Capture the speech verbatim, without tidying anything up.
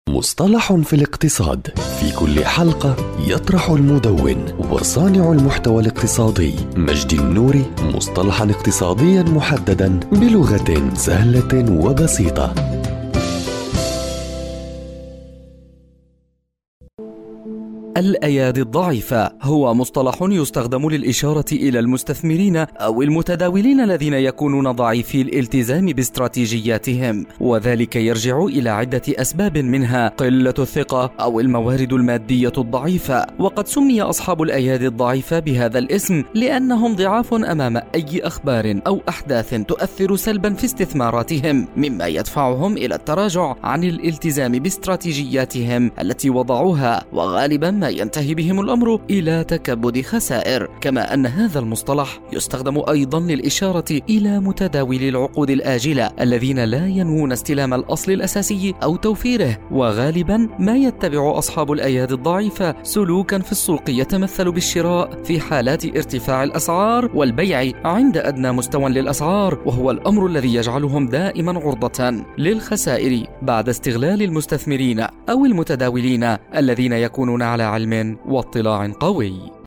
مصطلح في الاقتصاد. في كل حلقة يطرح المدون وصانع المحتوى الاقتصادي مجدي النوري مصطلحا اقتصاديا محددا بلغة سهلة وبسيطة. الأيادي الضعيفة هو مصطلح يستخدم للإشارة إلى المستثمرين أو المتداولين الذين يكونون ضعيفي الالتزام باستراتيجياتهم، وذلك يرجع إلى عدة أسباب، منها قلة الثقة أو الموارد المادية الضعيفة. وقد سمي أصحاب الأيادي الضعيفة بهذا الاسم لأنهم ضعاف أمام أي أخبار أو أحداث تؤثر سلبا في استثماراتهم، مما يدفعهم إلى التراجع عن الالتزام باستراتيجياتهم التي وضعوها، وغالبا ما ينتهي بهم الأمر إلى تكبد خسائر. كما أن هذا المصطلح يستخدم أيضا للإشارة إلى متداولي العقود الآجلة الذين لا ينوون استلام الأصل الأساسي أو توفيره، وغالبا ما يتبع أصحاب الأيادي الضعيفة سلوكا في السوق يتمثل بالشراء في حالات ارتفاع الأسعار والبيع عند أدنى مستوى للأسعار، وهو الأمر الذي يجعلهم دائما عرضة للخسائر بعد استغلال المستثمرين أو المتداولين الذين يكونون على علم واطلاع قوي.